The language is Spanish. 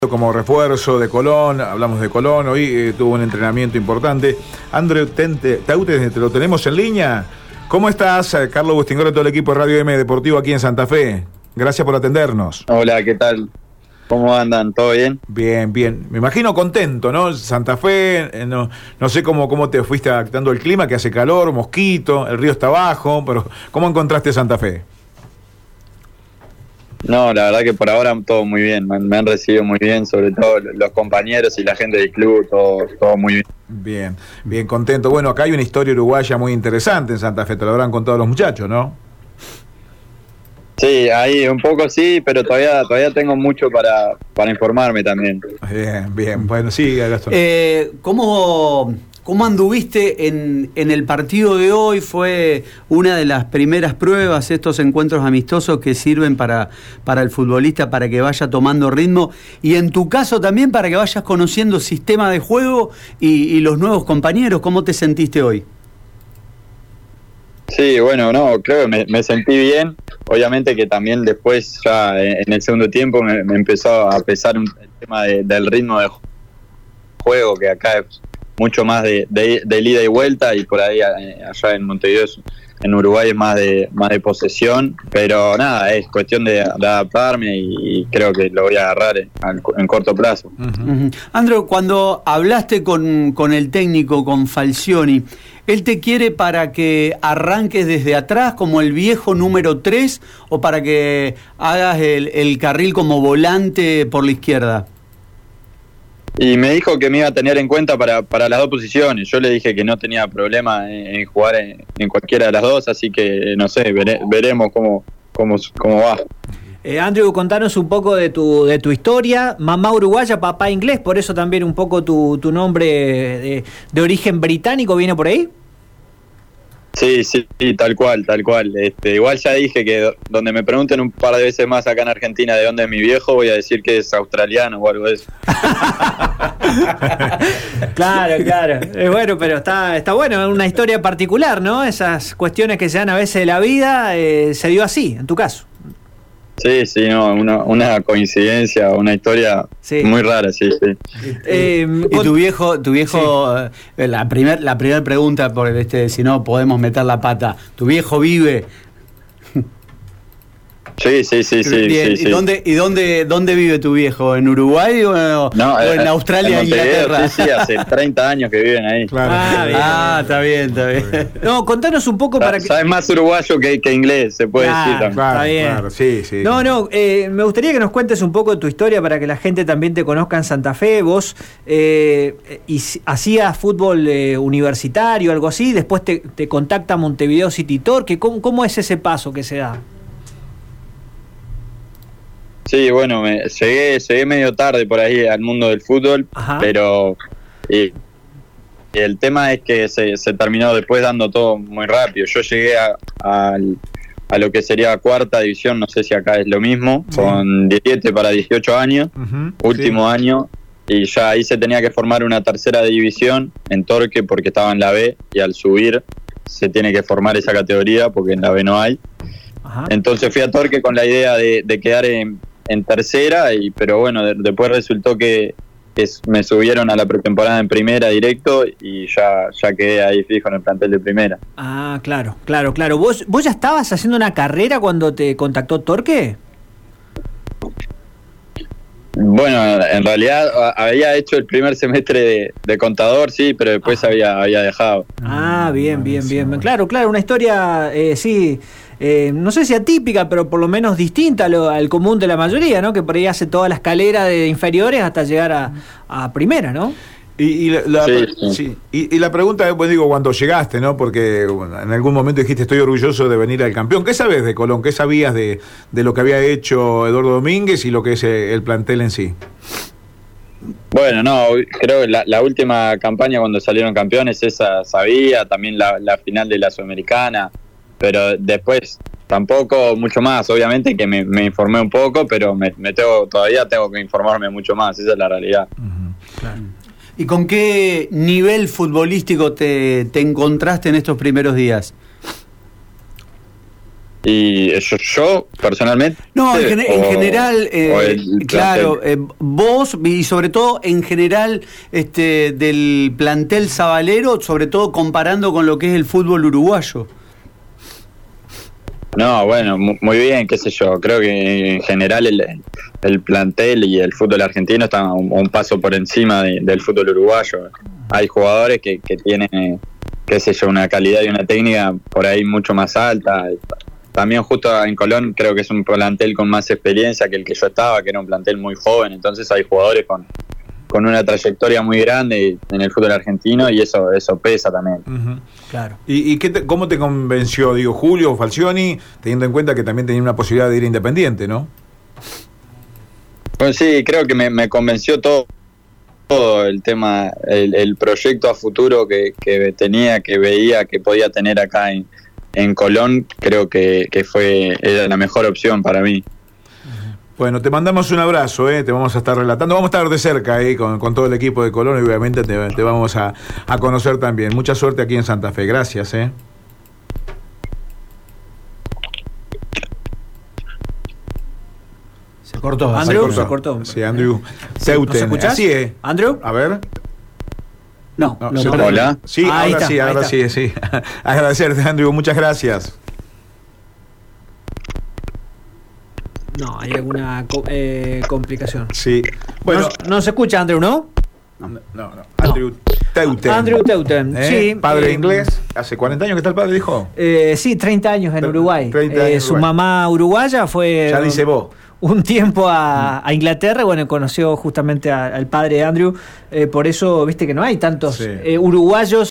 como refuerzo de Colón, hablamos de Colón, hoy tuvo un entrenamiento importante. Andreu Teute, te lo tenemos en línea. ¿Cómo estás? Carlos Bustingoro, todo el equipo de Radio M Deportivo aquí en Santa Fe. Gracias por atendernos. Hola, ¿qué tal? ¿Cómo andan? ¿Todo bien? Bien, bien. Me imagino contento, ¿no? Santa Fe, no sé cómo te fuiste adaptando al clima, que hace calor, mosquito, el río está bajo, pero ¿cómo encontraste Santa Fe? No, la verdad que por ahora todo muy bien, me han recibido muy bien, sobre todo los compañeros y la gente del club, todo muy bien. Bien, bien contento. Bueno, acá hay una historia uruguaya muy interesante en Santa Fe, te lo habrán contado los muchachos, ¿no? Sí, ahí un poco sí, pero todavía tengo mucho para informarme también. Bien, bueno, sí, Gastón. ¿Cómo anduviste en el partido de hoy? Fue una de las primeras pruebas, estos encuentros amistosos que sirven para el futbolista, para que vaya tomando ritmo, y en tu caso también para que vayas conociendo sistema de juego y los nuevos compañeros. ¿Cómo te sentiste hoy? Sí, bueno, creo que me sentí bien. Obviamente que también después, ya en el segundo tiempo, me empezó a pesar el tema del ritmo de juego, que acá es mucho más de ida y vuelta, y por ahí allá en Montevideo, en Uruguay, es más de posesión, pero nada, es cuestión de adaptarme y creo que lo voy a agarrar en corto plazo. Uh-huh. Andreu, cuando hablaste con el técnico, con Falcioni, ¿él te quiere para que arranques desde atrás como el viejo número 3 o para que hagas el carril como volante por la izquierda? Y me dijo que me iba a tener en cuenta para las dos posiciones. Yo le dije que no tenía problema en jugar en cualquiera de las dos, así que no sé, veremos cómo va. Andreu, contanos un poco de tu historia. Mamá uruguaya, papá inglés, por eso también un poco tu nombre de origen británico viene por ahí. Sí, tal cual. Igual ya dije que donde me pregunten un par de veces más acá en Argentina de dónde es mi viejo, voy a decir que es australiano o algo de eso. Claro. Bueno, pero está bueno, una historia particular, ¿no? Esas cuestiones que se dan a veces de la vida, se dio así, en tu caso. Sí, no, una coincidencia, una historia muy rara, sí. Y tu viejo, sí. La primera pregunta, por si no podemos meter la pata, ¿tu viejo vive? Sí. Bien. Sí. ¿Y dónde vive tu viejo? ¿En Uruguay o en Australia, en Inglaterra? Sí, hace 30 años que viven ahí. Claro. Está bien. No, contanos un poco para que... Sabes más uruguayo que inglés, se puede decir también. Está bien. Claro, sí. No, me gustaría que nos cuentes un poco de tu historia para que la gente también te conozca en Santa Fe. Vos hacías fútbol universitario, algo así, después te contacta Montevideo City Torque. ¿Cómo es ese paso que se da? Sí, bueno, llegué medio tarde por ahí al mundo del fútbol. Ajá. Pero el tema es que se terminó después dando todo muy rápido. Yo llegué a lo que sería cuarta división, no sé si acá es lo mismo, sí. Con 17 para 18 años, último año, y ya ahí se tenía que formar una tercera división en Torque porque estaba en la B, y al subir se tiene que formar esa categoría porque en la B no hay. Ajá. Entonces fui a Torque con la idea de quedar en tercera, pero bueno, después resultó que me subieron a la pretemporada en primera directo y ya quedé ahí fijo en el plantel de primera. Ah, claro. ¿Vos ya estabas haciendo una carrera cuando te contactó Torque? Bueno, en realidad había hecho el primer semestre de contador, sí, pero después había dejado. Ah, bien. Claro, una historia, sí... no sé si atípica, pero por lo menos distinta al común de la mayoría, ¿no? Que por ahí hace toda la escalera de inferiores hasta llegar a primera, ¿no? Y la pregunta es, pues digo, cuando llegaste, ¿no? Porque bueno, en algún momento dijiste, estoy orgulloso de venir al campeón. ¿Qué sabes de Colón? ¿Qué sabías de lo que había hecho Eduardo Domínguez y lo que es el plantel en sí? Bueno, creo que la última campaña cuando salieron campeones, esa sabía, también la final de la Sudamericana, pero después tampoco mucho más. Obviamente que me informé un poco, pero todavía tengo que informarme mucho más, esa es la realidad. Claro. ¿Y con qué nivel futbolístico te encontraste en estos primeros días? Y yo personalmente... No, en general, claro, vos y sobre todo en general del plantel sabalero, sobre todo comparando con lo que es el fútbol uruguayo. No, bueno, muy bien, qué sé yo. Creo que en general el plantel y el fútbol argentino están un paso por encima del fútbol uruguayo. Hay jugadores que tienen, qué sé yo, una calidad y una técnica por ahí mucho más alta. También justo en Colón creo que es un plantel con más experiencia que el que yo estaba, que era un plantel muy joven, entonces hay jugadores con una trayectoria muy grande en el fútbol argentino y eso pesa también. Uh-huh. Claro. ¿Y cómo te convenció, Julio Falcioni, teniendo en cuenta que también tenía una posibilidad de ir Independiente, ¿no? Pues sí, creo que me convenció todo el tema, el proyecto a futuro que tenía, que veía que podía tener acá en Colón. Creo que era la mejor opción para mí. Bueno, te mandamos un abrazo, te vamos a estar relatando, vamos a estar de cerca con todo el equipo de Colón y obviamente te vamos a conocer también. Mucha suerte aquí en Santa Fe, gracias. Se cortó. Andrew, se cortó. Sí, Andrew Teuten. ¿Nos escuchás? Así es. ¿Andrew? A ver. No, hola. Sí, ahora sí. Agradecerte, Andrew, muchas gracias. No, hay alguna complicación. Sí. Bueno, no se escucha, Andrew, ¿no? No. Andrew Teuten. Andrew Teuten, sí. Padre inglés. ¿Hace 40 años que está el padre, dijo? Sí, 30 años en Uruguay. 30 años su mamá uruguaya fue... Ya dice vos. Un tiempo a Inglaterra, bueno, conoció justamente al padre de Andrew. Por eso, viste que no hay tantos uruguayos